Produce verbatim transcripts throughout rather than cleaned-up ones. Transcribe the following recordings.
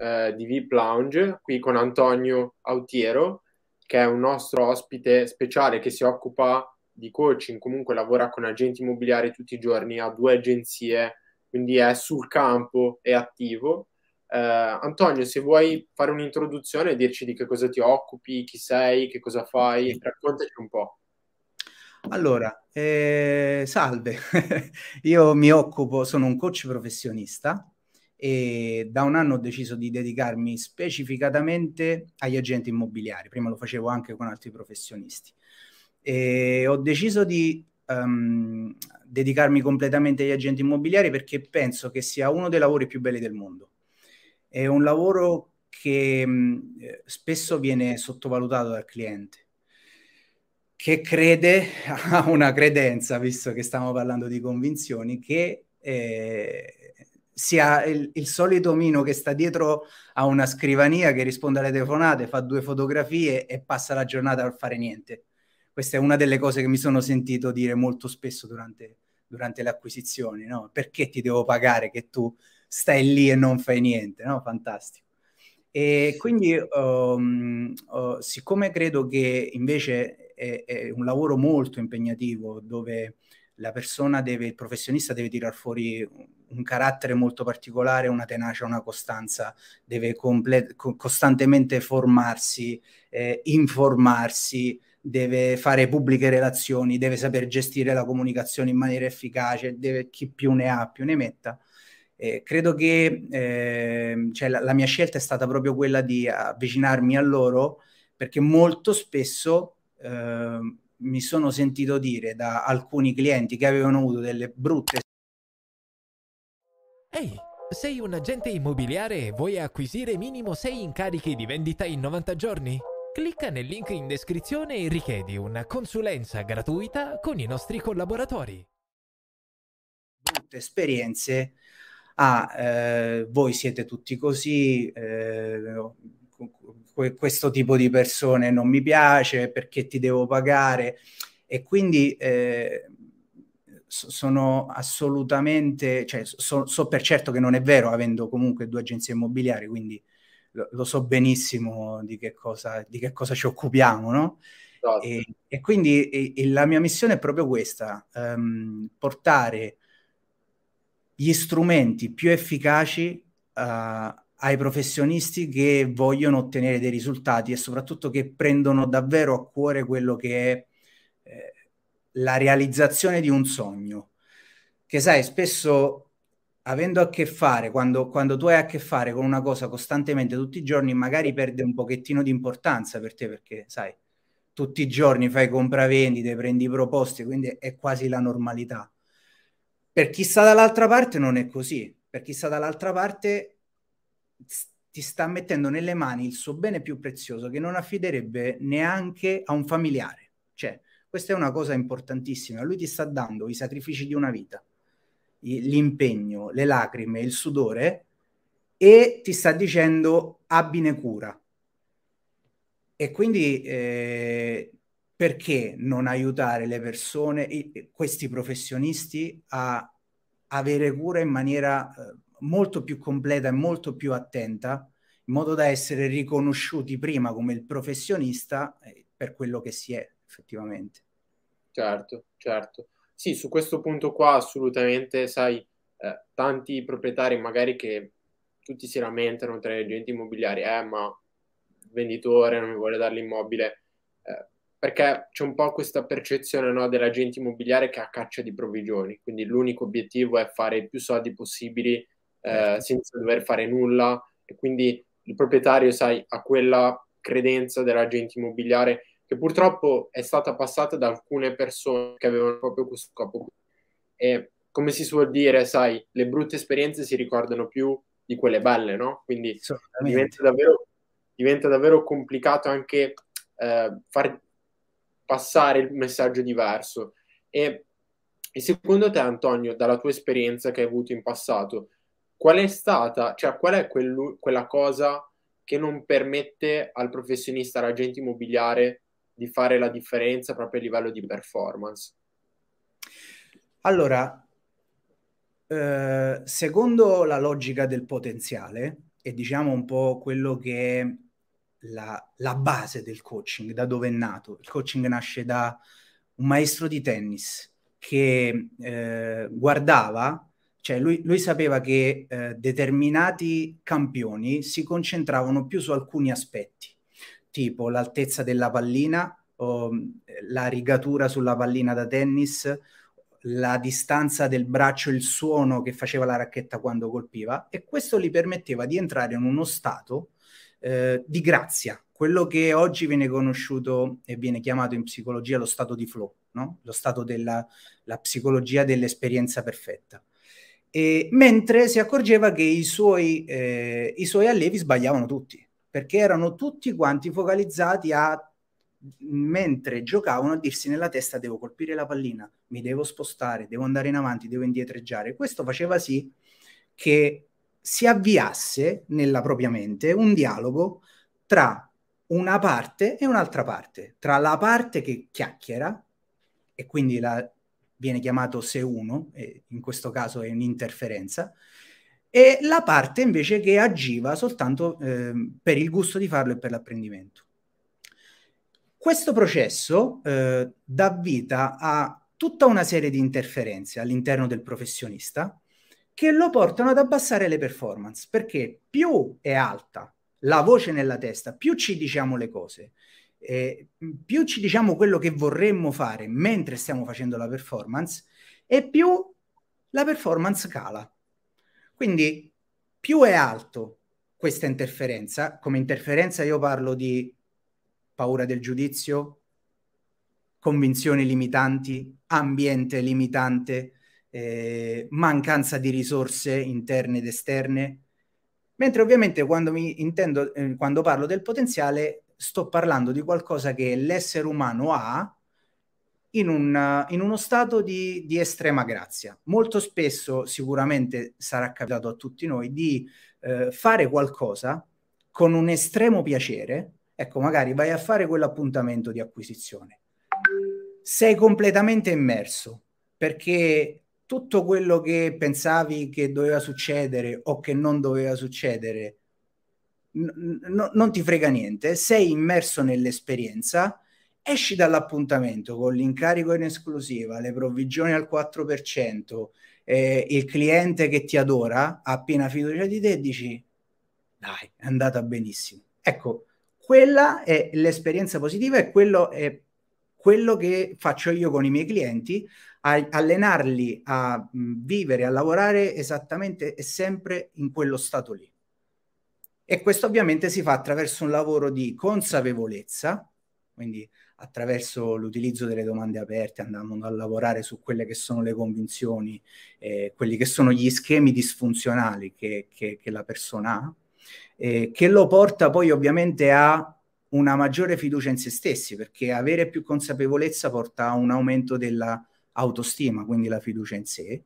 eh, di V I P Lounge, qui con Antonio Autiero, che è un nostro ospite speciale che si occupa di coaching, comunque lavora con agenti immobiliari tutti i giorni, ha due agenzie, quindi è sul campo, è attivo. Eh, Antonio, se vuoi fare un'introduzione, dirci di che cosa ti occupi, chi sei, che cosa fai, raccontaci un po'. Allora, eh, salve, io mi occupo, sono un coach professionista e da un anno ho deciso di dedicarmi specificatamente agli agenti immobiliari, prima lo facevo anche con altri professionisti. E ho deciso di um, dedicarmi completamente agli agenti immobiliari perché penso che sia uno dei lavori più belli del mondo. È un lavoro che mh, spesso viene sottovalutato dal cliente, che crede, ha una credenza, visto che stiamo parlando di convinzioni, che eh, sia il, il solito Mino che sta dietro a una scrivania, che risponde alle telefonate, fa due fotografie e passa la giornata a fare niente. Questa è una delle cose che mi sono sentito dire molto spesso durante, durante le acquisizioni, no? Perché ti devo pagare che tu stai lì e non fai niente, no? Fantastico. E quindi, um, uh, siccome credo che invece è, è un lavoro molto impegnativo, dove la persona deve, il professionista deve tirar fuori un carattere molto particolare, una tenacia, una costanza, deve comple- co- costantemente formarsi, eh, informarsi, deve fare pubbliche relazioni, deve saper gestire la comunicazione in maniera efficace, deve, chi più ne ha più ne metta. Eh, credo che eh, cioè la, la mia scelta è stata proprio quella di avvicinarmi a loro, perché molto spesso eh, mi sono sentito dire da alcuni clienti che avevano avuto delle brutte. Ehi, sei un agente immobiliare e vuoi acquisire minimo sei incarichi di vendita in novanta giorni? Clicca nel link in descrizione e richiedi una consulenza gratuita con i nostri collaboratori. Brutte esperienze. Ah, eh, voi siete tutti così, eh, questo tipo di persone non mi piace, perché ti devo pagare? E quindi eh, sono assolutamente, cioè, so, so per certo che non è vero, avendo comunque due agenzie immobiliari, quindi lo, lo so benissimo di che cosa, di che cosa ci occupiamo, no? Esatto. E, e quindi e, e la mia missione è proprio questa, um, portare gli strumenti più efficaci uh, ai professionisti che vogliono ottenere dei risultati e soprattutto che prendono davvero a cuore quello che è eh, la realizzazione di un sogno. Che sai, spesso avendo a che fare, quando, quando tu hai a che fare con una cosa costantemente tutti i giorni, magari perde un pochettino di importanza per te, perché sai, tutti i giorni fai compravendite, prendi proposte, quindi è quasi la normalità. Per chi sta dall'altra parte non è così, per chi sta dall'altra parte ti sta mettendo nelle mani il suo bene più prezioso, che non affiderebbe neanche a un familiare. Cioè, questa è una cosa importantissima. Lui ti sta dando i sacrifici di una vita, l'impegno, le lacrime, il sudore, e ti sta dicendo abbine cura. E quindi eh, perché non aiutare le persone, questi professionisti, a avere cura in maniera eh, molto più completa e molto più attenta, in modo da essere riconosciuti prima come il professionista eh, per quello che si è effettivamente. Certo, certo. Sì, su questo punto qua assolutamente, sai, eh, tanti proprietari magari che tutti si lamentano tra gli agenti immobiliari, eh, ma il venditore non mi vuole dare l'immobile, eh, perché c'è un po' questa percezione, no, dell'agente immobiliare che ha caccia di provvigioni, quindi l'unico obiettivo è fare più soldi possibili, eh, Certo. senza dover fare nulla, e quindi il proprietario, sai, ha quella credenza dell'agente immobiliare che purtroppo è stata passata da alcune persone che avevano proprio questo scopo. E come si suol dire, sai, le brutte esperienze si ricordano più di quelle belle, no? Quindi diventa Assolutamente. davvero, diventa davvero complicato anche eh, far passare il messaggio diverso. E, e secondo te, Antonio, dalla tua esperienza che hai avuto in passato, qual è stata, cioè qual è quellu- quella cosa che non permette al professionista, all'agente immobiliare di fare la differenza proprio a livello di performance? Allora, eh, secondo la logica del potenziale, è diciamo un po' quello che è la, la base del coaching, da dove è nato. Il coaching nasce da un maestro di tennis che eh, guardava, cioè lui, lui sapeva che eh, determinati campioni si concentravano più su alcuni aspetti, tipo l'altezza della pallina, o la rigatura sulla pallina da tennis, la distanza del braccio, il suono che faceva la racchetta quando colpiva, e questo gli permetteva di entrare in uno stato eh, di grazia, quello che oggi viene conosciuto e viene chiamato in psicologia lo stato di flow, no? Lo stato della la psicologia dell'esperienza perfetta. E, mentre si accorgeva che i suoi, eh, i suoi allievi sbagliavano tutti, perché erano tutti quanti focalizzati a, mentre giocavano, a dirsi nella testa: devo colpire la pallina, mi devo spostare, devo andare in avanti, devo indietreggiare. Questo faceva sì che si avviasse nella propria mente un dialogo tra una parte e un'altra parte, tra la parte che chiacchiera, e quindi la, viene chiamato se uno, e in questo caso è un'interferenza, e la parte invece che agiva soltanto eh, per il gusto di farlo e per l'apprendimento. Questo processo eh, dà vita a tutta una serie di interferenze all'interno del professionista che lo portano ad abbassare le performance, perché più è alta la voce nella testa, più ci diciamo le cose, eh, più ci diciamo quello che vorremmo fare mentre stiamo facendo la performance, e più la performance cala. Quindi più è alto questa interferenza, come interferenza io parlo di paura del giudizio, convinzioni limitanti, ambiente limitante, eh, mancanza di risorse interne ed esterne. Mentre ovviamente quando, mi intendo, eh, quando parlo del potenziale sto parlando di qualcosa che l'essere umano ha in, un, in uno stato di, di estrema grazia. Molto spesso, sicuramente sarà capitato a tutti noi, di eh, fare qualcosa con un estremo piacere. Ecco, magari vai a fare quell'appuntamento di acquisizione, sei completamente immerso, perché tutto quello che pensavi che doveva succedere o che non doveva succedere n- n- non ti frega niente, sei immerso nell'esperienza, esci dall'appuntamento con l'incarico in esclusiva, le provvigioni al quattro per cento, eh, il cliente che ti adora, ha piena fiducia di te, e dici: dai, è andata benissimo. Ecco, quella è l'esperienza positiva, e quello è quello che faccio io con i miei clienti, a allenarli a mh, vivere, a lavorare esattamente e sempre in quello stato lì. E questo ovviamente si fa attraverso un lavoro di consapevolezza, quindi attraverso l'utilizzo delle domande aperte, andando a lavorare su quelle che sono le convinzioni, eh, quelli che sono gli schemi disfunzionali che, che, che la persona ha, eh, che lo porta poi ovviamente a una maggiore fiducia in se stessi, perché avere più consapevolezza porta a un aumento della autostima, quindi la fiducia in sé.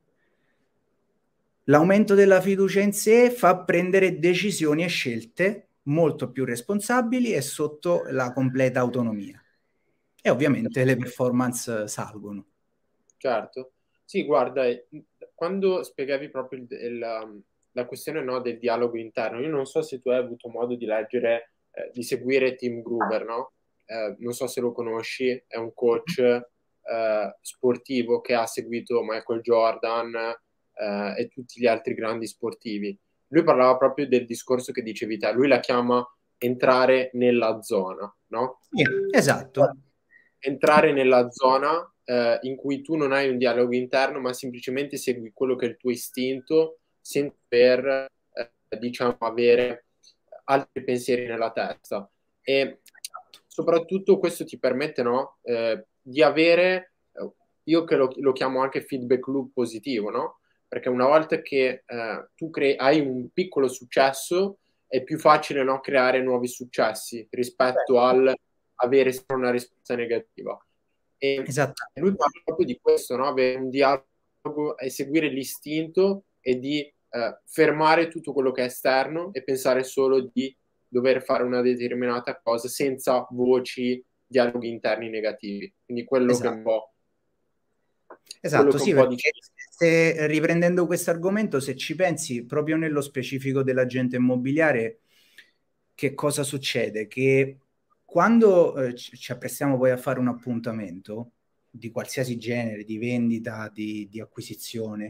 L'aumento della fiducia in sé fa prendere decisioni e scelte molto più responsabili e sotto la completa autonomia. E ovviamente le performance salgono. Certo. Sì, guarda, quando spiegavi proprio il, il, la questione, no, del dialogo interno, io non so se tu hai avuto modo di leggere, eh, di seguire Tim Gruber, no? Eh, non so se lo conosci, è un coach eh, sportivo che ha seguito Michael Jordan eh, e tutti gli altri grandi sportivi. Lui parlava proprio del discorso che dicevi te, lui la chiama entrare nella zona, no? Sì, esatto. Entrare nella zona eh, in cui tu non hai un dialogo interno, ma semplicemente segui quello che è il tuo istinto, senza per, eh, diciamo, avere altri pensieri nella testa. E soprattutto questo ti permette, no, eh, di avere, io che lo, lo chiamo anche feedback loop positivo, no? Perché una volta che eh, tu cre- hai un piccolo successo, è più facile, no, creare nuovi successi rispetto al avere solo una risposta negativa. E Esatto. lui parla proprio di questo, no? Avere un dialogo e seguire l'istinto e di eh, fermare tutto quello che è esterno e pensare solo di dover fare una determinata cosa senza voci, dialoghi interni negativi. Quindi quello Esatto. che un po'... Esatto, quello che sì, un po' perché dice... se, riprendendo questo argomento, se ci pensi proprio nello specifico dell'agente immobiliare, che cosa succede? Che quando eh, ci ci apprestiamo poi a fare un appuntamento di qualsiasi genere, di vendita, di, di acquisizione,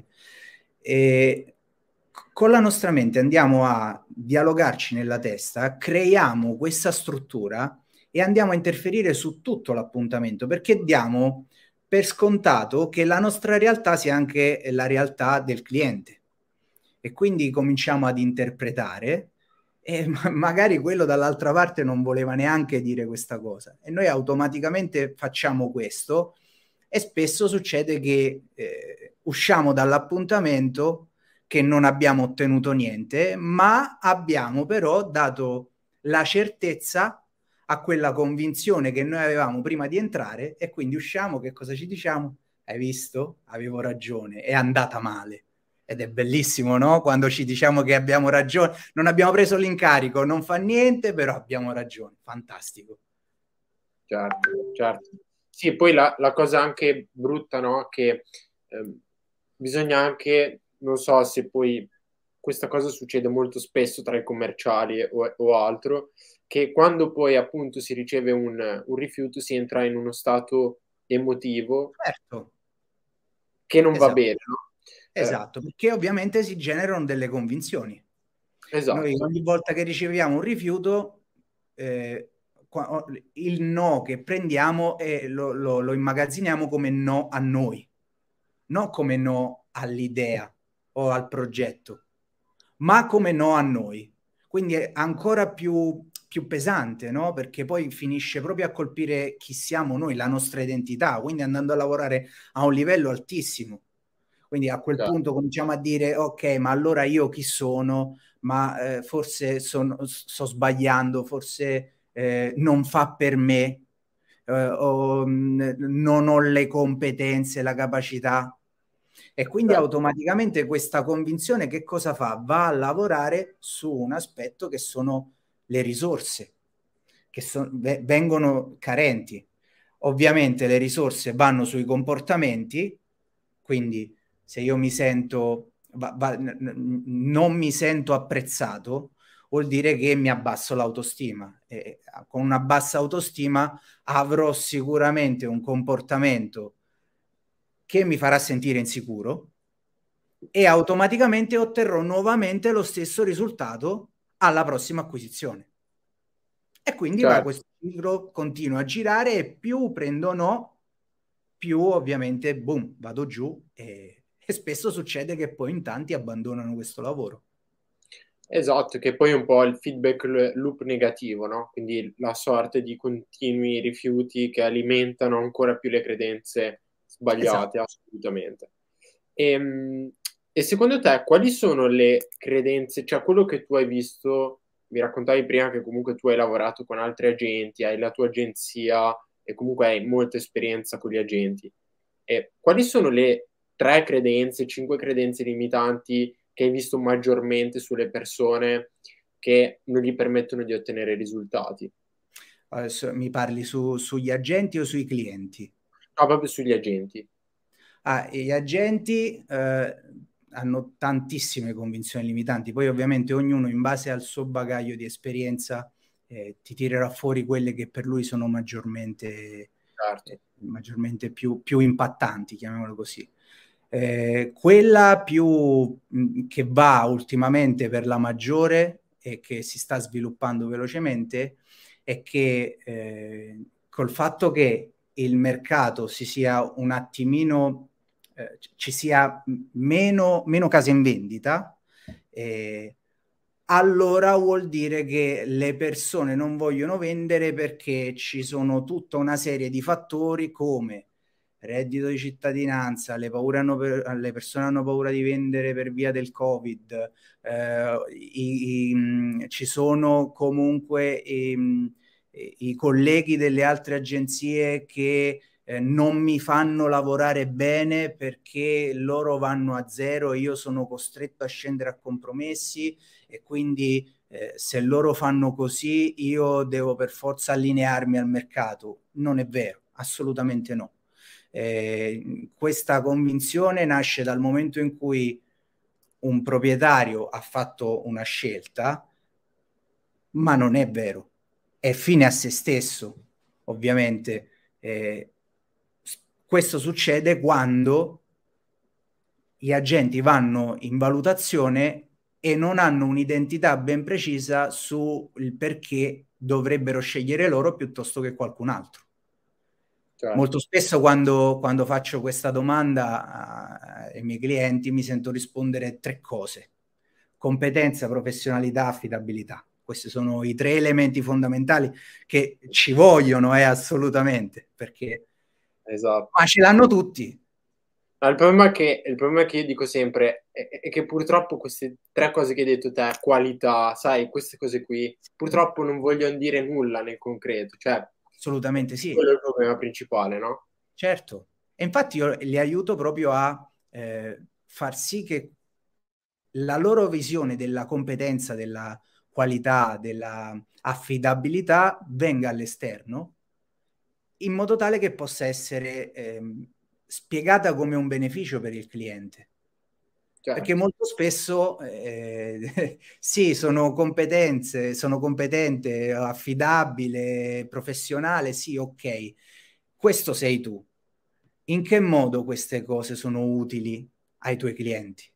e con la nostra mente andiamo a dialogarci nella testa, creiamo questa struttura e andiamo a interferire su tutto l'appuntamento, perché diamo per scontato che la nostra realtà sia anche la realtà del cliente. E quindi cominciamo ad interpretare e magari quello dall'altra parte non voleva neanche dire questa cosa. E noi automaticamente facciamo questo e spesso succede che eh, usciamo dall'appuntamento che non abbiamo ottenuto niente, ma abbiamo però dato la certezza a quella convinzione che noi avevamo prima di entrare e quindi usciamo, che cosa ci diciamo? Hai visto? Avevo ragione, è andata male. Ed è bellissimo, no? Quando ci diciamo che abbiamo ragione, non abbiamo preso l'incarico, non fa niente, però abbiamo ragione. Fantastico. Certo, certo. Sì, poi la, la cosa anche brutta, no? Che ehm, bisogna anche, non so se poi questa cosa succede molto spesso tra i commerciali o, o altro, che quando poi appunto si riceve un, un rifiuto si entra in uno stato emotivo Certo. che non va Esatto. bene, no? Eh, Esatto, perché ovviamente si generano delle convinzioni. Noi esatto, ogni volta che riceviamo un rifiuto, eh, qua- il no che prendiamo e lo, lo- lo immagazziniamo come no a noi, non come no all'idea o al progetto, ma come no a noi. Quindi è ancora più, più pesante, no? Perché poi finisce proprio a colpire chi siamo noi, la nostra identità, quindi andando a lavorare a un livello altissimo. Quindi a quel certo. punto cominciamo a dire, ok, ma allora io chi sono? Ma eh, forse sono, sto sbagliando, forse eh, non fa per me, eh, o mh, non ho le competenze, la capacità. E quindi Certo. automaticamente questa convinzione che cosa fa? Va a lavorare su un aspetto che sono le risorse, che so- ve- vengono carenti. Ovviamente le risorse vanno sui comportamenti, quindi se io mi sento, va- va- n- n- non mi sento apprezzato, vuol dire che mi abbasso l'autostima. E con una bassa autostima avrò sicuramente un comportamento che mi farà sentire insicuro e automaticamente otterrò nuovamente lo stesso risultato alla prossima acquisizione. E quindi va Certo. questo ciclo continua a girare e più prendo no, più ovviamente boom, vado giù e, e spesso succede che poi in tanti abbandonano questo lavoro. Esatto, che poi è un po' il feedback loop negativo, no? Quindi la sorte di continui rifiuti che alimentano ancora più le credenze Esatto. sbagliate, assolutamente. E, e secondo te quali sono le credenze, cioè quello che tu hai visto, mi raccontavi prima che comunque tu hai lavorato con altri agenti, hai la tua agenzia e comunque hai molta esperienza con gli agenti. E quali sono le tre credenze, cinque credenze limitanti che hai visto maggiormente sulle persone che non gli permettono di ottenere risultati? Adesso mi parli su, sugli agenti o sui clienti? No, proprio sugli agenti. Ah, e gli agenti eh, hanno tantissime convinzioni limitanti, poi ovviamente ognuno in base al suo bagaglio di esperienza eh, ti tirerà fuori quelle che per lui sono maggiormente, Certo, eh, maggiormente più, più impattanti, chiamiamolo così. Eh, quella più mh, che va ultimamente per la maggiore e che si sta sviluppando velocemente è che eh, col fatto che il mercato si sia un attimino eh, ci sia meno, meno case in vendita, eh, allora vuol dire che le persone non vogliono vendere perché ci sono tutta una serie di fattori come reddito di cittadinanza, le, paure hanno per, le persone hanno paura di vendere per via del Covid, eh, i, i, ci sono comunque i, i colleghi delle altre agenzie che eh, non mi fanno lavorare bene perché loro vanno a zero e io sono costretto a scendere a compromessi e quindi eh, se loro fanno così io devo per forza allinearmi al mercato. Non è vero, assolutamente no. Eh, questa convinzione nasce dal momento in cui un proprietario ha fatto una scelta, ma non è vero, è fine a se stesso, ovviamente. Eh, questo succede quando gli agenti vanno in valutazione e non hanno un'identità ben precisa sul perché dovrebbero scegliere loro piuttosto che qualcun altro. Certo. Molto spesso quando, quando faccio questa domanda ai miei clienti mi sento rispondere tre cose: competenza, professionalità, affidabilità. Questi sono i tre elementi fondamentali che ci vogliono, eh, assolutamente, perché Esatto. ma ce l'hanno tutti. Ma il problema, che, il problema che io dico sempre è, è che purtroppo queste tre cose che hai detto te, qualità, sai, queste cose qui, purtroppo non vogliono dire nulla nel concreto, cioè Assolutamente sì. quello è il problema principale, no? Certo. E infatti io li aiuto proprio a eh, far sì che la loro visione della competenza, della qualità, della affidabilità venga all'esterno, in modo tale che possa essere ehm, spiegata come un beneficio per il cliente. Certo. Perché molto spesso eh, sì, sono competenze, sono competente, affidabile, professionale, sì, ok. Questo sei tu. In che modo queste cose sono utili ai tuoi clienti?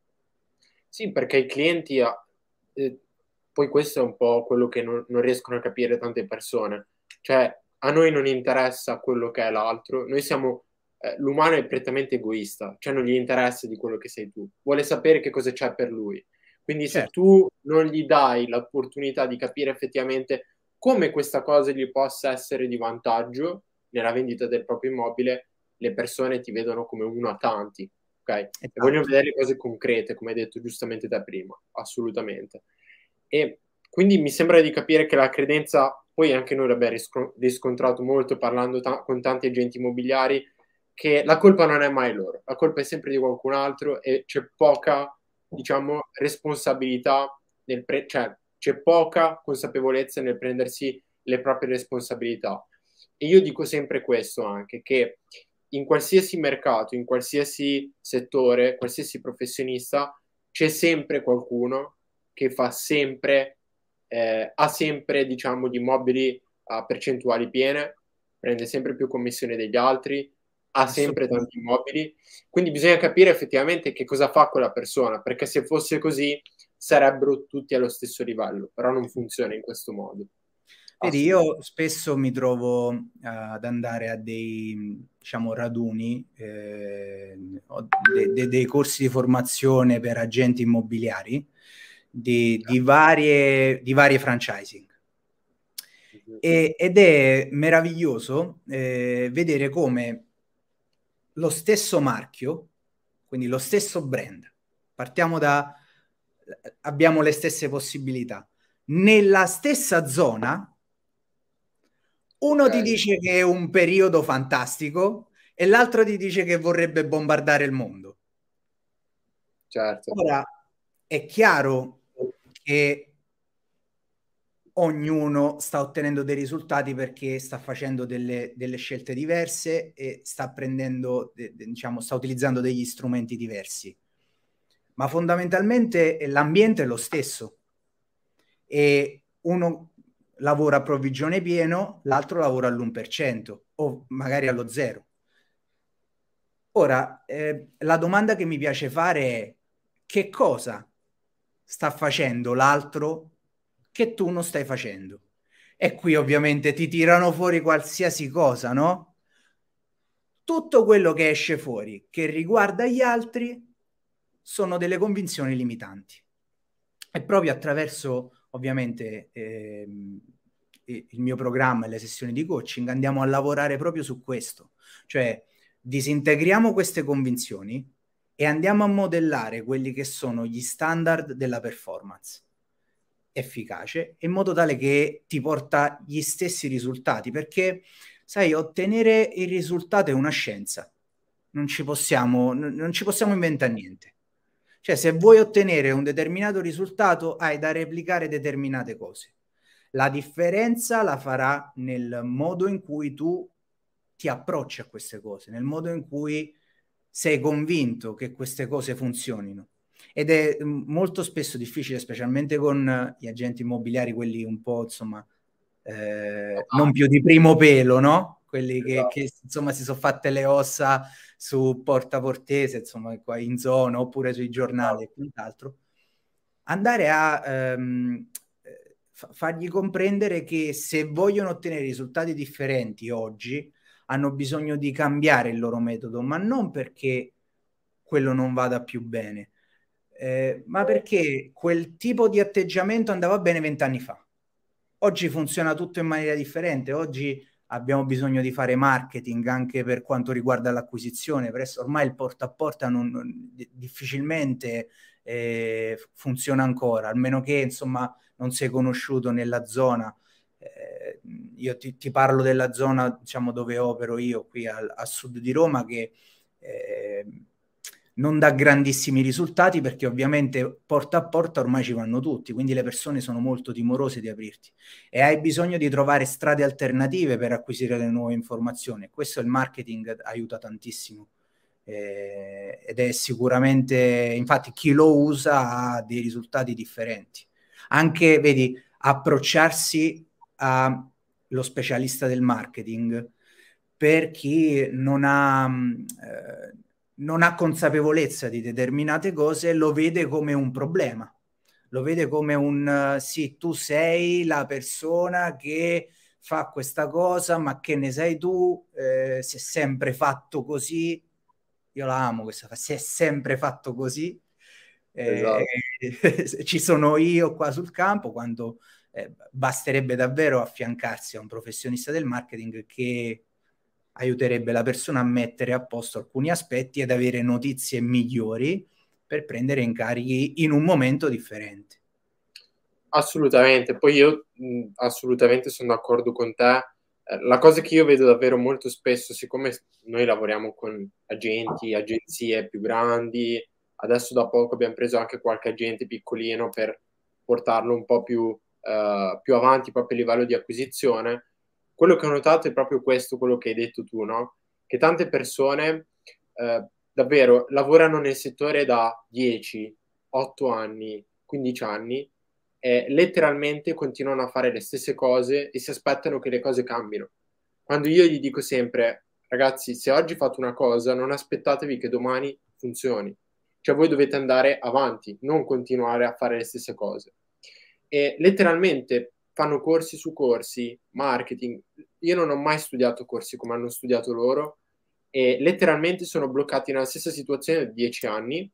Sì, perché i clienti, eh, poi questo è un po' quello che non, non riescono a capire tante persone, cioè a noi non interessa quello che è l'altro, noi siamo, eh, l'umano è prettamente egoista, cioè non gli interessa di quello che sei tu, vuole sapere che cosa c'è per lui. Quindi se Certo. tu non gli dai l'opportunità di capire effettivamente come questa cosa gli possa essere di vantaggio nella vendita del proprio immobile, le persone ti vedono come uno a tanti. Okay? E Esatto. vogliono vedere le cose concrete, come hai detto giustamente da prima, assolutamente. E quindi mi sembra di capire che la credenza, poi anche noi l'abbiamo riscontrato molto parlando ta- con tanti agenti immobiliari, che la colpa non è mai loro, la colpa è sempre di qualcun altro e c'è poca, diciamo, responsabilità nel pre- cioè c'è poca consapevolezza nel prendersi le proprie responsabilità. E io dico sempre questo anche, che in qualsiasi mercato, in qualsiasi settore, qualsiasi professionista, c'è sempre qualcuno che fa sempre, eh, ha sempre, diciamo, gli immobili a percentuali piene, prende sempre più commissione degli altri, ha sempre tanti immobili, quindi bisogna capire effettivamente che cosa fa quella persona, perché se fosse così sarebbero tutti allo stesso livello, però non funziona in questo modo. Vedi, io spesso mi trovo uh, ad andare a dei, diciamo, raduni, eh, de, de, dei corsi di formazione per agenti immobiliari di, di, varie, di varie franchising. E, ed è meraviglioso eh, vedere come lo stesso marchio, quindi lo stesso brand, partiamo da, abbiamo le stesse possibilità, nella stessa zona. Uno Okay. ti dice che è un periodo fantastico e l'altro ti dice che vorrebbe bombardare il mondo. Certo. Ora, è chiaro che ognuno sta ottenendo dei risultati perché sta facendo delle, delle scelte diverse e sta prendendo, de, de, diciamo, sta utilizzando degli strumenti diversi. Ma fondamentalmente l'ambiente è lo stesso e uno lavora a provvigione pieno, l'altro lavora all'uno per cento o magari allo zero. Ora, eh, la domanda che mi piace fare è: che cosa sta facendo l'altro che tu non stai facendo? E qui ovviamente ti tirano fuori qualsiasi cosa, no? Tutto quello che esce fuori che riguarda gli altri sono delle convinzioni limitanti. E proprio attraverso, ovviamente, ehm, il mio programma e le sessioni di coaching andiamo a lavorare proprio su questo, cioè disintegriamo queste convinzioni e andiamo a modellare quelli che sono gli standard della performance efficace in modo tale che ti porta gli stessi risultati, perché sai, ottenere il risultato è una scienza, non ci possiamo, non ci possiamo inventare niente. Cioè, se vuoi ottenere un determinato risultato, hai da replicare determinate cose. La differenza la farà nel modo in cui tu ti approcci a queste cose, nel modo in cui sei convinto che queste cose funzionino. Ed è molto spesso difficile, specialmente con gli agenti immobiliari, quelli un po', insomma, eh, non più di primo pelo, no? Quelli che, che insomma si sono fatte le ossa su Porta Portese, insomma, qua in zona, oppure sui giornali e quant'altro. Andare a ehm, fargli comprendere che se vogliono ottenere risultati differenti oggi, hanno bisogno di cambiare il loro metodo, ma non perché quello non vada più bene, eh, ma perché quel tipo di atteggiamento andava bene vent'anni fa. Oggi funziona tutto in maniera differente. Oggi abbiamo bisogno di fare marketing anche per quanto riguarda l'acquisizione. Presso ormai il porta a porta non, non, difficilmente eh, funziona ancora, almeno che insomma non sei conosciuto nella zona. Eh, io ti, ti parlo della zona, diciamo, dove opero io, qui al, a sud di Roma, che eh, non dà grandissimi risultati, perché ovviamente porta a porta ormai ci vanno tutti, quindi le persone sono molto timorose di aprirti e hai bisogno di trovare strade alternative per acquisire le nuove informazioni. Questo il marketing aiuta tantissimo, eh, ed è sicuramente, infatti chi lo usa ha dei risultati differenti. Anche, vedi, approcciarsi allo specialista del marketing per chi non ha eh, non ha consapevolezza di determinate cose, lo vede come un problema, lo vede come un uh, sì, tu sei la persona che fa questa cosa, ma che ne sai tu? Eh, si è sempre fatto così. Io la amo questa frase, si è sempre fatto così. Eh, esatto. Ci sono io qua sul campo, quando eh, basterebbe davvero affiancarsi a un professionista del marketing che aiuterebbe la persona a mettere a posto alcuni aspetti ed avere notizie migliori per prendere incarichi in un momento differente. Assolutamente, poi io mh, assolutamente sono d'accordo con te. Eh, la cosa che io vedo davvero molto spesso, siccome noi lavoriamo con agenti, agenzie più grandi, adesso da poco abbiamo preso anche qualche agente piccolino per portarlo un po' più, uh, più avanti proprio a livello di acquisizione. Quello che ho notato è proprio questo, quello che hai detto tu, no? Che tante persone eh, davvero lavorano nel settore da dieci, otto anni, quindici anni e letteralmente continuano a fare le stesse cose e si aspettano che le cose cambino. Quando io gli dico sempre, ragazzi, se oggi fate una cosa, non aspettatevi che domani funzioni. Cioè voi dovete andare avanti, non continuare a fare le stesse cose. E letteralmente fanno corsi su corsi, marketing. Io non ho mai studiato corsi come hanno studiato loro e letteralmente sono bloccati nella stessa situazione da dieci anni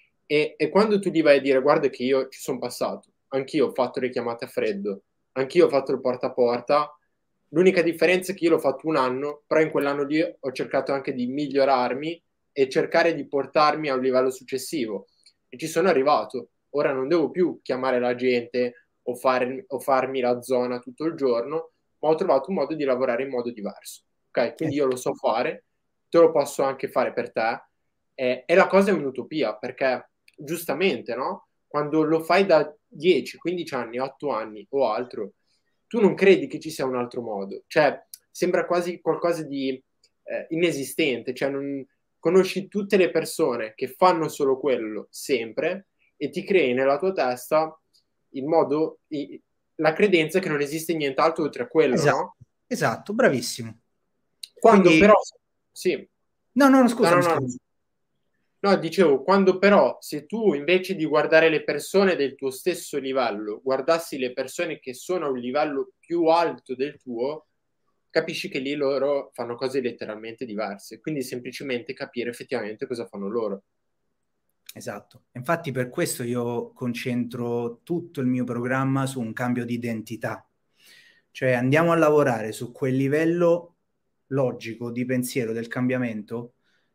e, e quando tu gli vai a dire guarda che io ci sono passato, anch'io ho fatto le chiamate a freddo, anch'io ho fatto il porta a porta, l'unica differenza è che io l'ho fatto un anno, però in quell'anno lì ho cercato anche di migliorarmi e cercare di portarmi a un livello successivo e ci sono arrivato. Ora non devo più chiamare la gente o, far, o farmi la zona tutto il giorno, ma ho trovato un modo di lavorare in modo diverso. Ok, quindi io lo so fare, te lo posso anche fare per te e, e la cosa è un'utopia perché giustamente, no? Quando lo fai da dieci, quindici anni, otto anni o altro, tu non credi che ci sia un altro modo, cioè sembra quasi qualcosa di eh, inesistente, cioè non conosci tutte le persone che fanno solo quello sempre e ti crei nella tua testa il modo, la credenza che non esiste nient'altro oltre a quello, esatto, no? Esatto, bravissimo. Quando Quindi... però, sì. No, no, no, scusa, no, no, no. No, dicevo, quando però se tu invece di guardare le persone del tuo stesso livello, guardassi le persone che sono a un livello più alto del tuo, capisci che lì loro fanno cose letteralmente diverse. Quindi semplicemente capire effettivamente cosa fanno loro. Esatto, infatti per questo io concentro tutto il mio programma su un cambio di identità, cioè andiamo a lavorare su quel livello logico di pensiero del cambiamento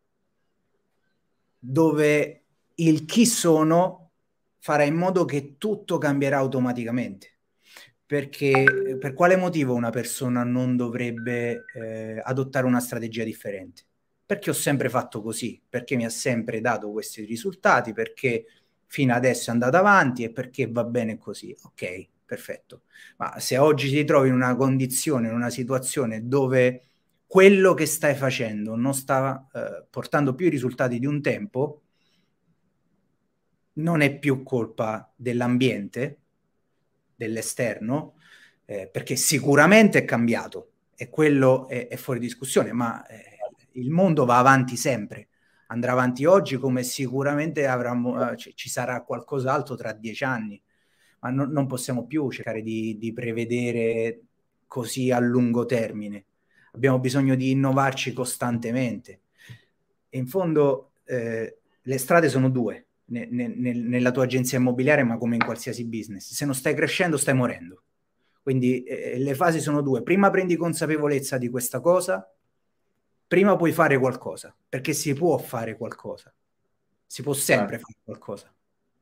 dove il chi sono farà in modo che tutto cambierà automaticamente. Perché per quale motivo una persona non dovrebbe eh, adottare una strategia differente? Perché ho sempre fatto così, perché mi ha sempre dato questi risultati, perché fino adesso è andato avanti e perché va bene così. Ok, perfetto. Ma se oggi ti trovi in una condizione, in una situazione dove quello che stai facendo non sta eh, portando più i risultati di un tempo, non è più colpa dell'ambiente, dell'esterno, eh, perché sicuramente è cambiato e quello è, è fuori discussione, ma eh, il mondo va avanti sempre, andrà avanti oggi come sicuramente avremo, eh, ci, ci sarà qualcos'altro tra dieci anni, ma no, non possiamo più cercare di, di prevedere così a lungo termine. Abbiamo bisogno di innovarci costantemente. E in fondo eh, le strade sono due ne, ne, nella tua agenzia immobiliare, ma come in qualsiasi business. Se non stai crescendo, stai morendo. Quindi eh, le fasi sono due. Prima prendi consapevolezza di questa cosa, prima puoi fare qualcosa, perché si può fare qualcosa. Si può sempre Certo. fare qualcosa.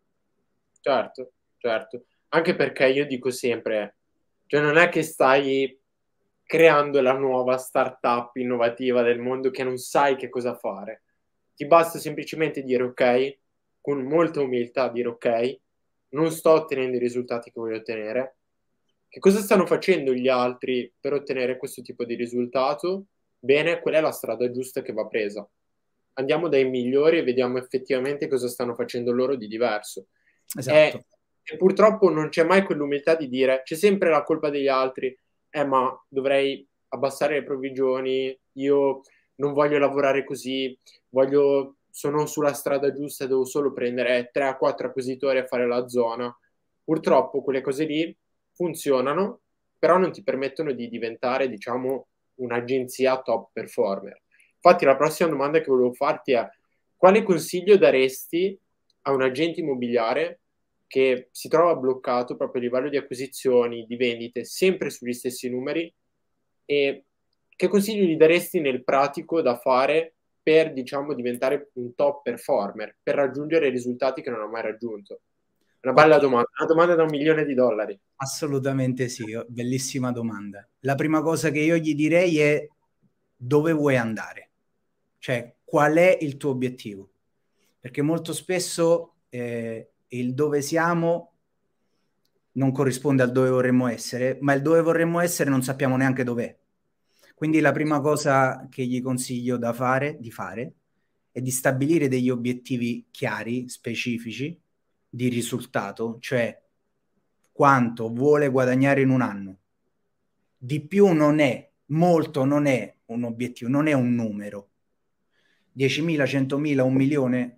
Certo, certo. Anche perché io dico sempre, cioè non è che stai creando la nuova startup innovativa del mondo che non sai che cosa fare. Ti basta semplicemente dire ok, con molta umiltà dire ok, non sto ottenendo i risultati che voglio ottenere. Che cosa stanno facendo gli altri per ottenere questo tipo di risultato? Bene, quella è la strada giusta che va presa. Andiamo dai migliori e vediamo effettivamente cosa stanno facendo loro di diverso. Esatto. E, e purtroppo non c'è mai quell'umiltà di dire c'è sempre la colpa degli altri, eh ma dovrei abbassare le provvigioni, io non voglio lavorare così, voglio, sono sulla strada giusta, devo solo prendere tre a quattro acquisitori a fare la zona. Purtroppo quelle cose lì funzionano, però non ti permettono di diventare, diciamo, un'agenzia top performer. Infatti la prossima domanda che volevo farti è quale consiglio daresti a un agente immobiliare che si trova bloccato proprio a livello di acquisizioni, di vendite, sempre sugli stessi numeri, e che consiglio gli daresti nel pratico da fare per, diciamo, diventare un top performer, per raggiungere i risultati che non ha mai raggiunto? Una bella Ok. domanda, una domanda da un milione di dollari. Assolutamente sì, bellissima domanda. La prima cosa che io gli direi è dove vuoi andare, cioè qual è il tuo obiettivo, perché molto spesso eh, il dove siamo non corrisponde al dove vorremmo essere, ma il dove vorremmo essere non sappiamo neanche dov'è. Quindi la prima cosa che gli consiglio da fare, di fare, è di stabilire degli obiettivi chiari, specifici, di risultato, cioè quanto vuole guadagnare in un anno. Di più non è, molto non è un obiettivo, non è un numero. diecimila, centomila, un milione,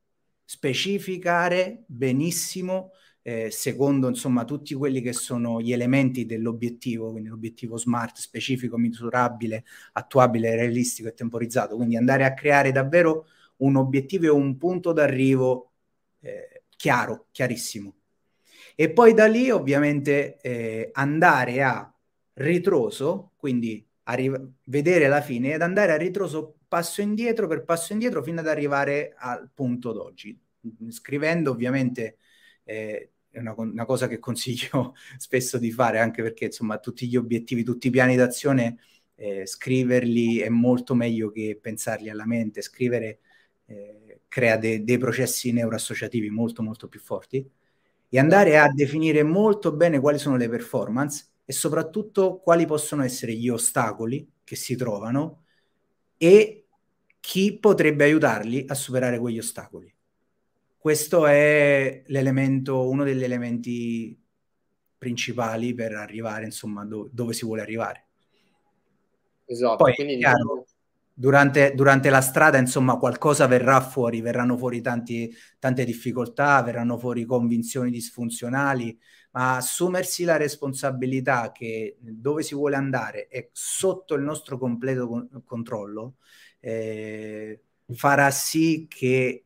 specificare benissimo, eh, secondo insomma tutti quelli che sono gli elementi dell'obiettivo, quindi l'obiettivo smart, specifico, misurabile, attuabile, realistico e temporizzato, quindi andare a creare davvero un obiettivo e un punto d'arrivo eh, chiaro, chiarissimo. E poi da lì ovviamente eh, andare a ritroso, quindi arri- vedere la fine ed andare a ritroso passo indietro per passo indietro fino ad arrivare al punto d'oggi. Scrivendo ovviamente eh, è una, una cosa che consiglio spesso di fare, anche perché insomma tutti gli obiettivi, tutti i piani d'azione, eh, scriverli è molto meglio che pensarli alla mente. Scrivere eh, crea de- dei processi neuroassociativi molto molto più forti e andare a definire molto bene quali sono le performance e soprattutto quali possono essere gli ostacoli che si trovano e chi potrebbe aiutarli a superare quegli ostacoli. Questo è l'elemento, uno degli elementi principali per arrivare, insomma, do- dove si vuole arrivare. Esatto, Poi, quindi chiaro, diciamo... durante, durante la strada, insomma, qualcosa verrà fuori, verranno fuori tanti, tante difficoltà, verranno fuori convinzioni disfunzionali, ma assumersi la responsabilità che dove si vuole andare è sotto il nostro completo con- controllo, eh, farà sì che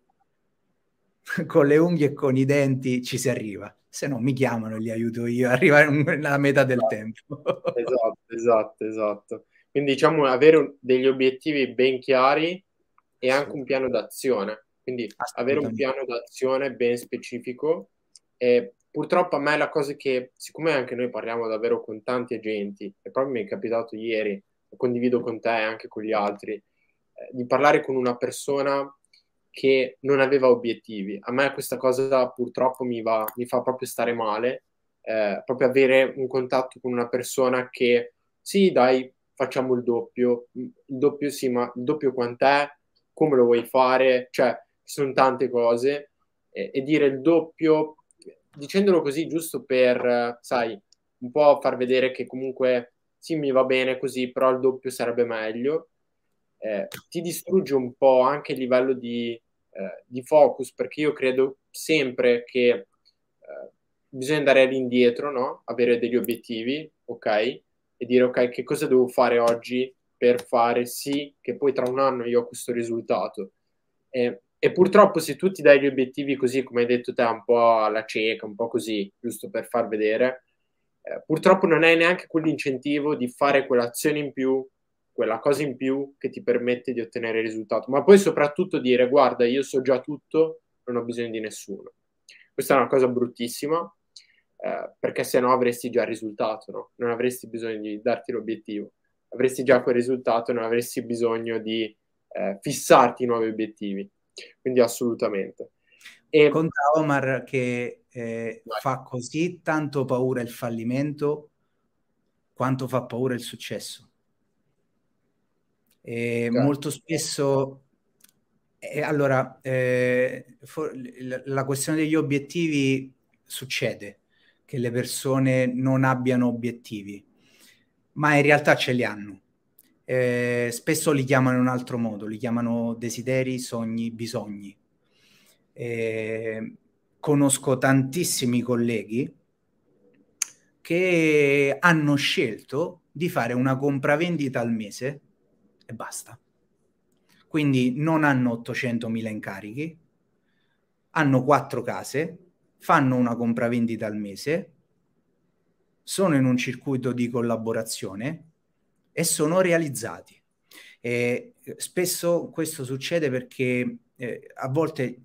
con le unghie e con i denti ci si arriva. Se no mi chiamano e li aiuto io a arrivare alla metà del tempo. Esatto, esatto, esatto. Quindi diciamo avere un- degli obiettivi ben chiari e anche un piano d'azione. Quindi avere un Assolutamente. piano d'azione ben specifico. E purtroppo a me la cosa che, siccome anche noi parliamo davvero con tanti agenti, e proprio mi è capitato ieri, lo condivido con te e anche con gli altri, eh, di parlare con una persona che non aveva obiettivi. A me questa cosa purtroppo mi va, mi fa proprio stare male, eh, proprio avere un contatto con una persona che, sì, dai, facciamo il doppio, il doppio sì, ma il doppio quant'è? Come lo vuoi fare? Cioè, ci sono tante cose, e, e dire il doppio, dicendolo così giusto per, eh, sai, un po' far vedere che comunque sì, mi va bene così, però il doppio sarebbe meglio, eh, ti distrugge un po' anche il livello di, eh, di focus, perché io credo sempre che eh, bisogna andare all'indietro, no? Avere degli obiettivi, ok? E dire, ok, che cosa devo fare oggi per fare sì che poi tra un anno io ho questo risultato. E, e purtroppo se tu ti dai gli obiettivi così, come hai detto te, un po' alla cieca, un po' così, giusto per far vedere, eh, purtroppo non hai neanche quell'incentivo di fare quell'azione in più, quella cosa in più che ti permette di ottenere il risultato. Ma poi soprattutto dire, guarda, io so già tutto, non ho bisogno di nessuno. Questa è una cosa bruttissima, eh, perché se no avresti già il risultato, no? Non avresti bisogno di darti l'obiettivo. Avresti già quel risultato, non avresti bisogno di eh, fissarti nuovi obiettivi. Quindi assolutamente. E... Conta Omar che eh, fa così tanto paura il fallimento quanto fa paura il successo. E Certo. Molto spesso, eh, allora, eh, for- la, la questione degli obiettivi succede che le persone non abbiano obiettivi, ma in realtà ce li hanno. Eh, spesso li chiamano in un altro modo, li chiamano desideri, sogni, bisogni. Eh, conosco tantissimi colleghi che hanno scelto di fare una compravendita al mese e basta. Quindi non hanno ottocentomila incarichi, hanno quattro case, fanno una compravendita al mese, sono in un circuito di collaborazione e sono realizzati. E spesso questo succede perché eh, a volte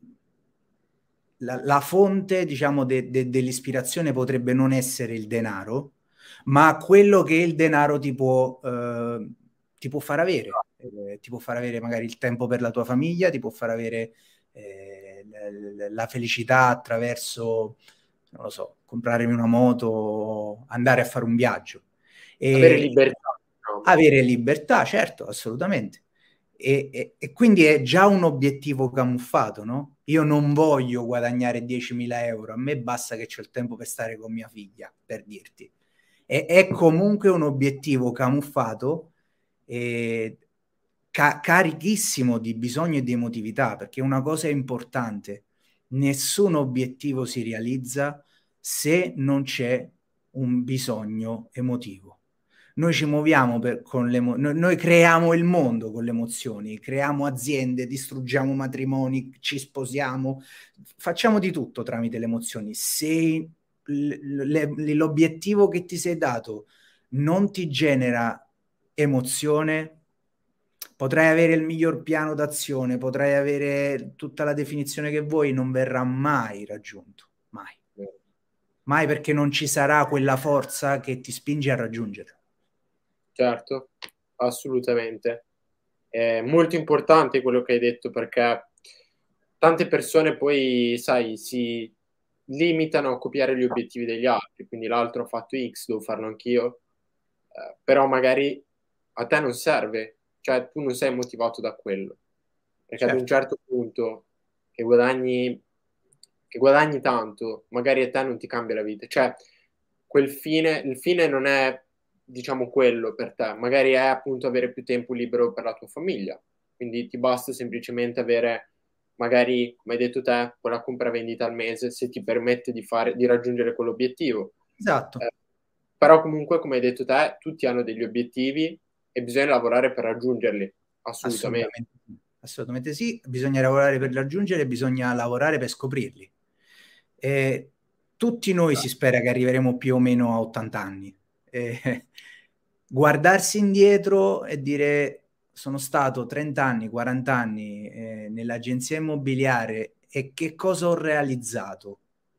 la, la fonte, diciamo, de, de, dell'ispirazione potrebbe non essere il denaro, ma quello che il denaro ti può, eh, ti può far avere. Eh, ti può far avere magari il tempo per la tua famiglia, ti può far avere eh, la, la felicità attraverso, non lo so, comprarmi una moto, andare a fare un viaggio. E avere libertà. No? Avere libertà, certo, assolutamente. E, e, e quindi è già un obiettivo camuffato, no? Io non voglio guadagnare diecimila euro, a me basta che c'ho il tempo per stare con mia figlia, per dirti. E, è comunque un obiettivo camuffato, eh, ca- carichissimo di bisogno e di emotività, perché una cosa è importante, nessun obiettivo si realizza se non c'è un bisogno emotivo. Noi ci muoviamo per, con le noi, noi creiamo il mondo con le emozioni, creiamo aziende, distruggiamo matrimoni, ci sposiamo, facciamo di tutto tramite le emozioni. Se l'obiettivo che ti sei dato non ti genera emozione, potrai avere il miglior piano d'azione, potrai avere tutta la definizione che vuoi, non verrà mai raggiunto, mai. Mai, perché non ci sarà quella forza che ti spinge a raggiungere. Certo, assolutamente. È molto importante quello che hai detto, perché tante persone poi, sai, si limitano a copiare gli obiettivi degli altri, quindi l'altro ha fatto X, devo farlo anch'io, eh, però magari a te non serve, cioè tu non sei motivato da quello, perché Certo. ad un certo punto che guadagni, che guadagni tanto, magari a te non ti cambia la vita, cioè quel fine, il fine non è, diciamo, quello per te, magari è appunto avere più tempo libero per la tua famiglia, quindi ti basta semplicemente avere, magari, come hai detto te, quella compravendita al mese, se ti permette di fare, di raggiungere quell'obiettivo. Esatto. Eh, però comunque, come hai detto te, tutti hanno degli obiettivi e bisogna lavorare per raggiungerli, assolutamente. Assolutamente, assolutamente sì, bisogna lavorare per raggiungere, bisogna lavorare per scoprirli. E tutti noi si spera che arriveremo più o meno a ottanta anni. E guardarsi indietro e dire sono stato trenta anni, quaranta anni eh, nell'agenzia immobiliare e che cosa ho realizzato?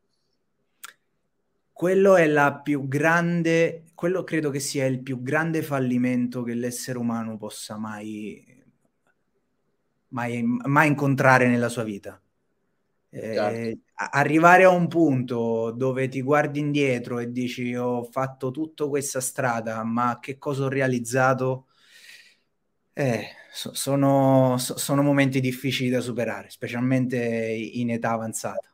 Quello è la più grande, quello credo che sia il più grande fallimento che l'essere umano possa mai, mai, mai incontrare nella sua vita. Certo. Eh, arrivare a un punto dove ti guardi indietro e dici ho fatto tutta questa strada, ma che cosa ho realizzato? Eh, so- sono, so- sono momenti difficili da superare, specialmente in età avanzata.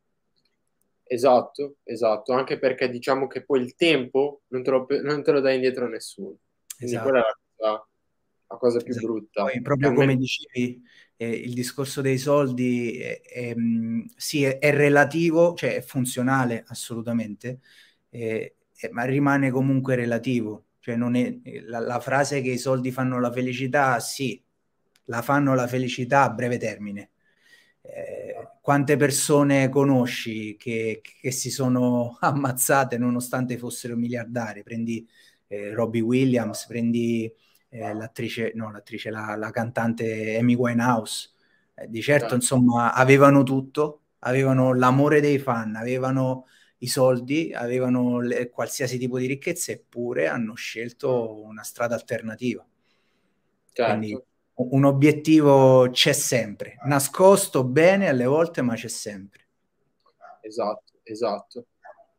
Esatto, esatto, anche perché diciamo che poi il tempo non te lo, non te lo dà indietro nessuno. Quindi quella è Esatto. la cosa, la cosa più Esatto. brutta. Poi, Che proprio almeno... come dicevi, eh, il discorso dei soldi è, è, mh, sì, è, è relativo, cioè è funzionale assolutamente, eh, eh, ma rimane comunque relativo. Cioè non è, eh, la, la frase che i soldi fanno la felicità, sì, la fanno la felicità a breve termine. Eh, quante persone conosci che, che si sono ammazzate nonostante fossero miliardari? Prendi eh, Robbie Williams, prendi eh, l'attrice, no, l'attrice, la, la cantante Amy Winehouse. Eh, di certo, Certo, insomma, avevano tutto, avevano l'amore dei fan, avevano i soldi, avevano le, qualsiasi tipo di ricchezza, eppure hanno scelto una strada alternativa. Quindi certo, un obiettivo c'è sempre, nascosto bene alle volte, ma c'è sempre. esatto, esatto.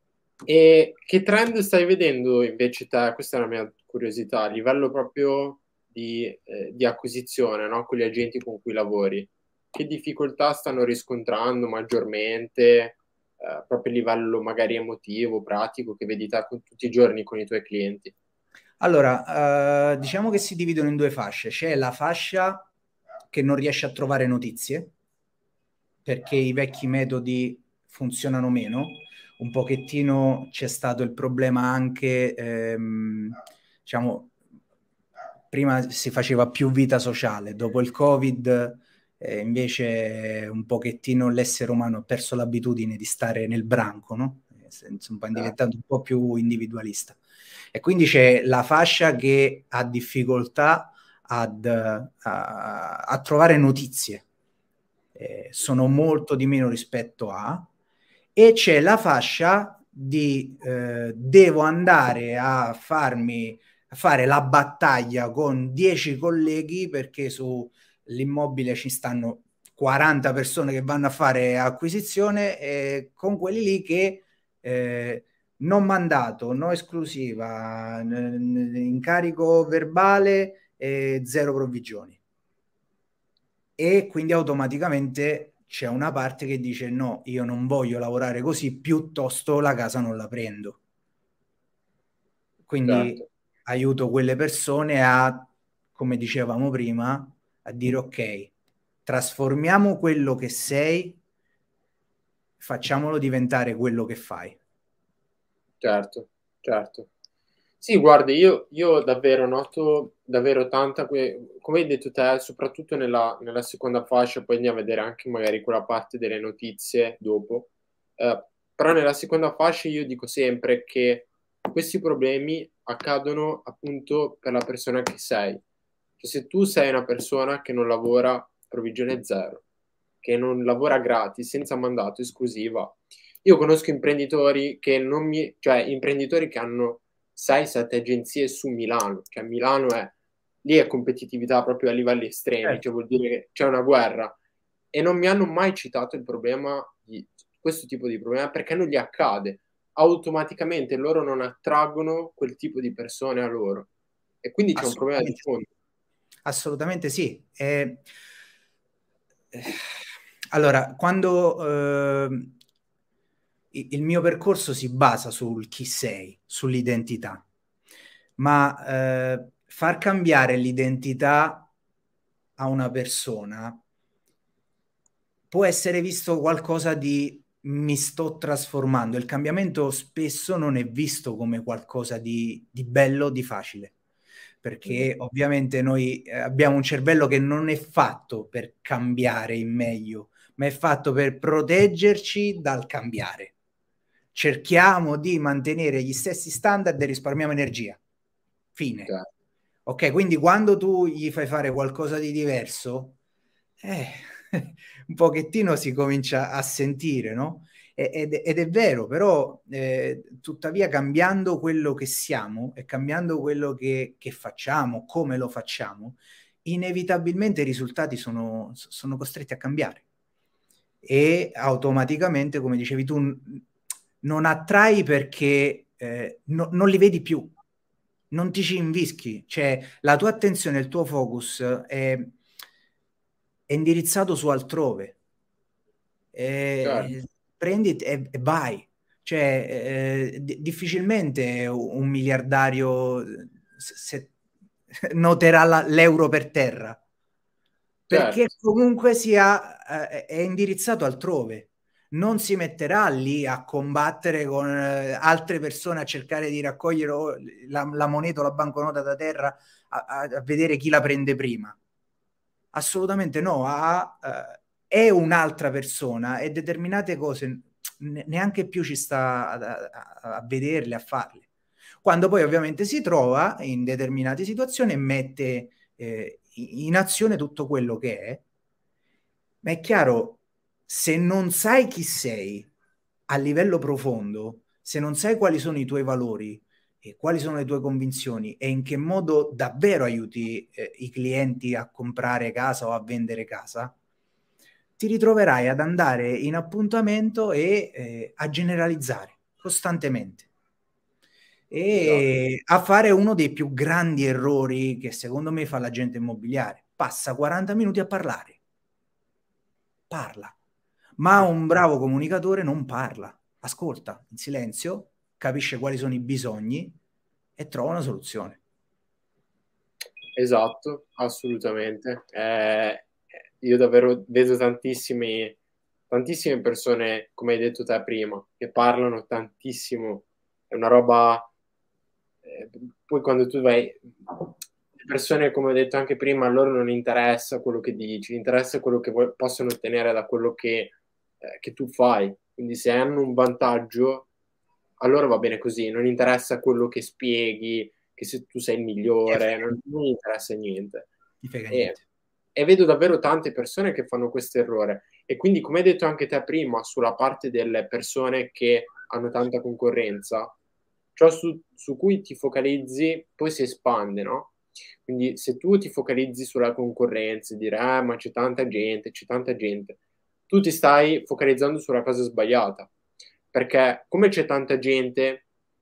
E che trend stai vedendo invece te? Questa è la mia curiosità, a livello proprio di, eh, di acquisizione, no? Con gli agenti con cui lavori. Che difficoltà stanno riscontrando maggiormente, eh, proprio a livello magari emotivo, pratico, che vedi te con- tutti i giorni con i tuoi clienti? Allora, eh, diciamo che si dividono in due fasce. C'è la fascia che non riesce a trovare notizie perché i vecchi metodi funzionano meno. Un pochettino c'è stato il problema anche, ehm, diciamo, prima si faceva più vita sociale, dopo il Covid eh, invece un pochettino l'essere umano ha perso l'abitudine di stare nel branco, no? Insomma, è Eh, diventato un po' più individualista. E quindi c'è la fascia che ha difficoltà ad, a, a trovare notizie, eh, sono molto di meno rispetto a, e c'è la fascia di eh, devo andare a farmi a fare la battaglia con dieci colleghi perché sull'immobile ci stanno quaranta persone che vanno a fare acquisizione e con quelli lì che eh, non mandato, no esclusiva, n- n- incarico verbale e zero provvigioni. E quindi automaticamente c'è una parte che dice no, io non voglio lavorare così, piuttosto la casa non la prendo. Quindi certo. aiuto quelle persone a, come dicevamo prima, a dire ok, trasformiamo quello che sei, facciamolo diventare quello che fai. Certo, certo. Sì, guardi, io, io davvero noto davvero tanta, que- come hai detto te, soprattutto nella, nella seconda fascia, poi andiamo a vedere anche magari quella parte delle notizie dopo. Eh, però nella seconda fascia io dico sempre che questi problemi accadono appunto per la persona che sei. Cioè, se tu sei una persona che non lavora provvigione zero, che non lavora gratis, senza mandato, esclusiva, io conosco imprenditori che non mi, cioè imprenditori che hanno sei sette agenzie su Milano, cioè Milano è, lì è competitività proprio a livelli estremi, Certo. cioè vuol dire che c'è una guerra e non mi hanno mai citato il problema di questo tipo di problema perché non gli accade. Automaticamente loro non attraggono quel tipo di persone a loro e quindi c'è un problema di Assolutamente sì. fondo. Assolutamente sì. Eh, eh, allora, quando eh, il il mio percorso si basa sul chi sei, sull'identità, ma eh, far cambiare l'identità a una persona può essere visto qualcosa di mi sto trasformando. Il cambiamento spesso non è visto come qualcosa di, di bello, di facile, Mm. perché ovviamente noi eh, abbiamo un cervello che non è fatto per cambiare in meglio, ma è fatto per proteggerci dal cambiare. Cerchiamo di mantenere gli stessi standard e risparmiamo energia. Fine. Cioè, Ok, quindi quando tu gli fai fare qualcosa di diverso, eh, un pochettino si comincia a sentire, no? Ed, ed è vero, però eh, tuttavia cambiando quello che siamo e cambiando quello che, che facciamo, come lo facciamo, inevitabilmente i risultati sono, sono costretti a cambiare. e automaticamente, come dicevi tu, n- non attrai perché eh, no- non li vedi più, non ti ci invischi, cioè la tua attenzione, il tuo focus è, è indirizzato su altrove. Certo, Eh, prendi e, e vai. Cioè, eh, di- difficilmente un miliardario se, se- noterà la- l'euro per terra, perché certo, comunque sia, eh, è indirizzato altrove. Non si metterà lì a combattere con eh, altre persone a cercare di raccogliere oh, la, la moneta o la banconota da terra a, a- a vedere chi la prende prima. Assolutamente no, ha, eh, è un'altra persona e determinate cose ne- neanche più ci sta a, a- a vederle, a farle. Quando poi ovviamente si trova in determinate situazioni e mette eh, in azione tutto quello che è, ma è chiaro, se non sai chi sei a livello profondo, se non sai quali sono i tuoi valori e quali sono le tue convinzioni e in che modo davvero aiuti eh, i clienti a comprare casa o a vendere casa, ti ritroverai ad andare in appuntamento e eh, a generalizzare costantemente esatto. e a fare uno dei più grandi errori che secondo me fa l'agente immobiliare. Passa quaranta minuti a parlare, parla, ma un bravo comunicatore non parla, ascolta in silenzio, capisce quali sono i bisogni e trova una soluzione. Esatto, assolutamente. Eh, io davvero vedo tantissimi, tantissime persone, come hai detto te prima, che parlano tantissimo. È una roba. eh, Poi quando tu vai, le persone, come ho detto anche prima, a loro non interessa quello che dici, interessa quello che vuoi- possono ottenere da quello che, eh, che tu fai. Quindi se hanno un vantaggio, allora va bene così, non interessa quello che spieghi, che se tu sei il E migliore, frega, non, non interessa niente. ti frega E, niente. e vedo davvero tante persone che fanno questo errore. E quindi, come hai detto anche te prima, sulla parte delle persone che hanno tanta concorrenza, ciò su, su cui ti focalizzi poi si espande, no? Quindi se tu ti focalizzi sulla concorrenza e dire, ah, ma c'è tanta gente, c'è tanta gente, tu ti stai focalizzando sulla cosa sbagliata. Perché come c'è tanta gente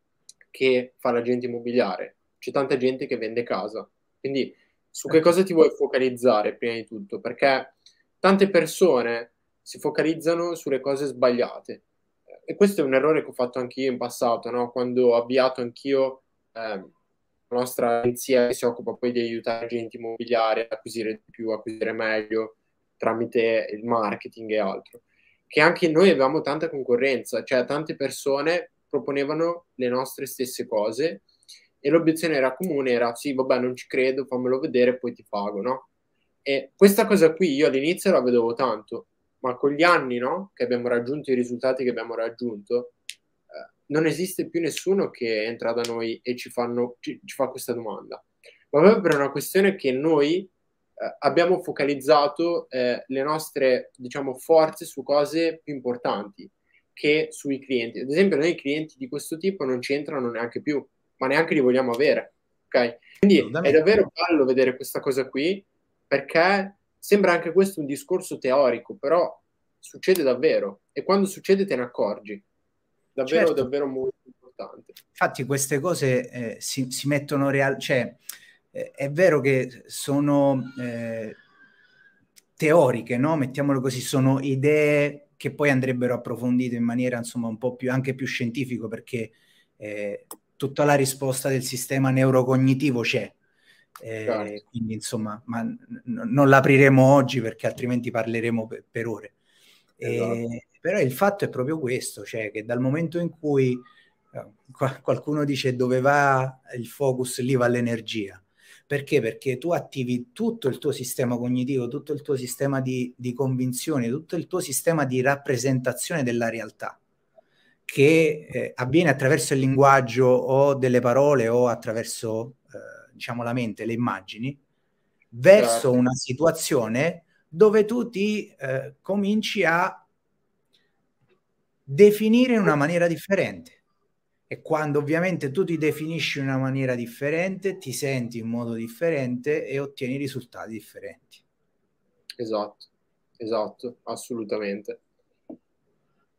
che fa l'agente immobiliare, c'è tanta gente che vende casa. Quindi su che Certo. cosa ti vuoi focalizzare prima di tutto? Perché tante persone si focalizzano sulle cose sbagliate. E questo è un errore che ho fatto anch'io in passato, no? Quando ho avviato anch'io eh, la nostra agenzia che si occupa poi di aiutare agenti immobiliari ad acquisire di più, acquisire meglio tramite il marketing e altro. Che anche noi avevamo tanta concorrenza, cioè tante persone proponevano le nostre stesse cose e l'obiezione era comune, era sì, vabbè, non ci credo, fammelo vedere, poi ti pago, no? E questa cosa qui io all'inizio la vedevo tanto, ma con gli anni, no, che abbiamo raggiunto i risultati che abbiamo raggiunto, eh, non esiste più nessuno che entra da noi e ci, fanno, ci, ci fa questa domanda. Ma proprio per una questione che noi eh, abbiamo focalizzato eh, le nostre, diciamo, forze su cose più importanti che sui clienti. Ad esempio, noi clienti di questo tipo non ci entrano neanche più, ma neanche li vogliamo avere. Ok? Quindi è Assolutamente. davvero bello vedere questa cosa qui, perché sembra anche questo un discorso teorico, però succede davvero e quando succede te ne accorgi. Davvero, Certo. davvero molto importante. Infatti queste cose eh, si, si mettono real, cioè eh, è vero che sono eh, teoriche, no? Mettiamolo così, sono idee che poi andrebbero approfondite in maniera insomma un po' più anche più scientifico perché eh, tutta la risposta del sistema neurocognitivo c'è. Eh, Certo, quindi insomma, ma n- non l'apriremo oggi perché altrimenti parleremo per, per ore. esatto. Eh, però il fatto è proprio questo, cioè che dal momento in cui eh, qualcuno dice dove va il focus, lì va l'energia. Perché? Perché tu attivi tutto il tuo sistema cognitivo, tutto il tuo sistema di, di convinzioni, tutto il tuo sistema di rappresentazione della realtà, che eh, avviene attraverso il linguaggio o delle parole o attraverso, eh, diciamo, la mente, le immagini, verso Certo, una situazione dove tu ti eh, cominci a definire in una maniera differente. E quando ovviamente tu ti definisci in una maniera differente, ti senti in modo differente e ottieni risultati differenti. esatto, esatto, assolutamente.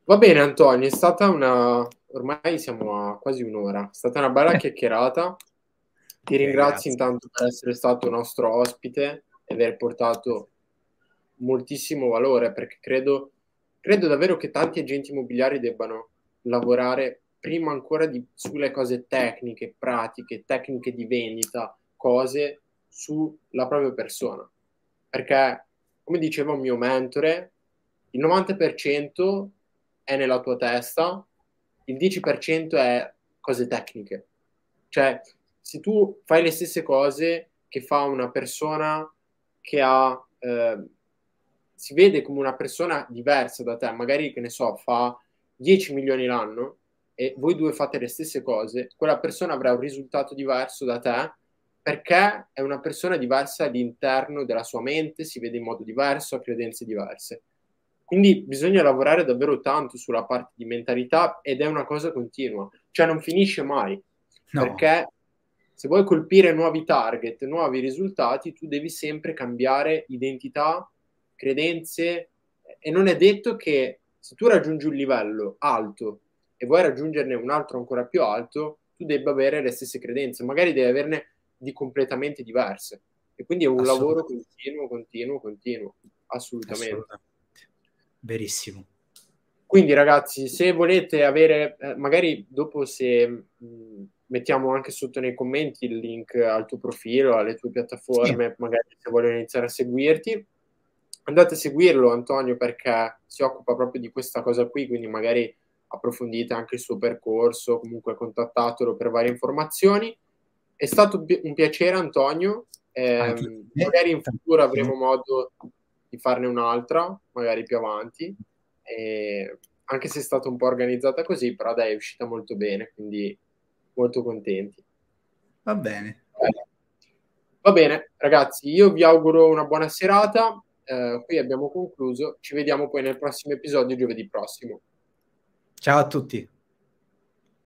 Va bene Antonio, è stata una... ormai siamo a quasi un'ora, è stata una bella chiacchierata. Ti Ok, ringrazio grazie. intanto per essere stato nostro ospite e aver portato moltissimo valore, perché credo, credo davvero che tanti agenti immobiliari debbano lavorare prima ancora di, sulle cose tecniche, pratiche, tecniche di vendita, cose sulla propria persona. Perché, come diceva un mio mentore, il novanta per cento è nella tua testa, il dieci per cento è cose tecniche. Cioè, se tu fai le stesse cose che fa una persona che ha, eh, si vede come una persona diversa da te, magari che ne so, fa dieci milioni l'anno e voi due fate le stesse cose, quella persona avrà un risultato diverso da te perché è una persona diversa all'interno della sua mente, si vede in modo diverso, ha credenze diverse. Quindi bisogna lavorare davvero tanto sulla parte di mentalità ed è una cosa continua, cioè non finisce mai, No, perché se vuoi colpire nuovi target, nuovi risultati, tu devi sempre cambiare identità, credenze e non è detto che se tu raggiungi un livello alto e vuoi raggiungerne un altro ancora più alto, tu debba avere le stesse credenze, magari devi averne di completamente diverse. E quindi è un lavoro assolutamente, continuo, continuo, continuo, assolutamente. assolutamente. Verissimo. Quindi ragazzi, se volete avere, eh, magari dopo se mh, mettiamo anche sotto nei commenti il link al tuo profilo, alle tue Sì, piattaforme, magari se vogliono iniziare a seguirti, andate a seguirlo Antonio perché si occupa proprio di questa cosa qui, quindi magari approfondite anche il suo percorso, comunque contattatelo per varie informazioni. È stato pi- un piacere Antonio, anche ehm, me, magari in futuro tantissimo. avremo modo di farne un'altra, magari più avanti. E anche se è stata un po' organizzata così, però dai, è uscita molto bene, quindi molto contenti. Va bene. Va bene, ragazzi, io vi auguro una buona serata. Eh, qui abbiamo concluso. Ci vediamo poi nel prossimo episodio, giovedì prossimo. Ciao a tutti.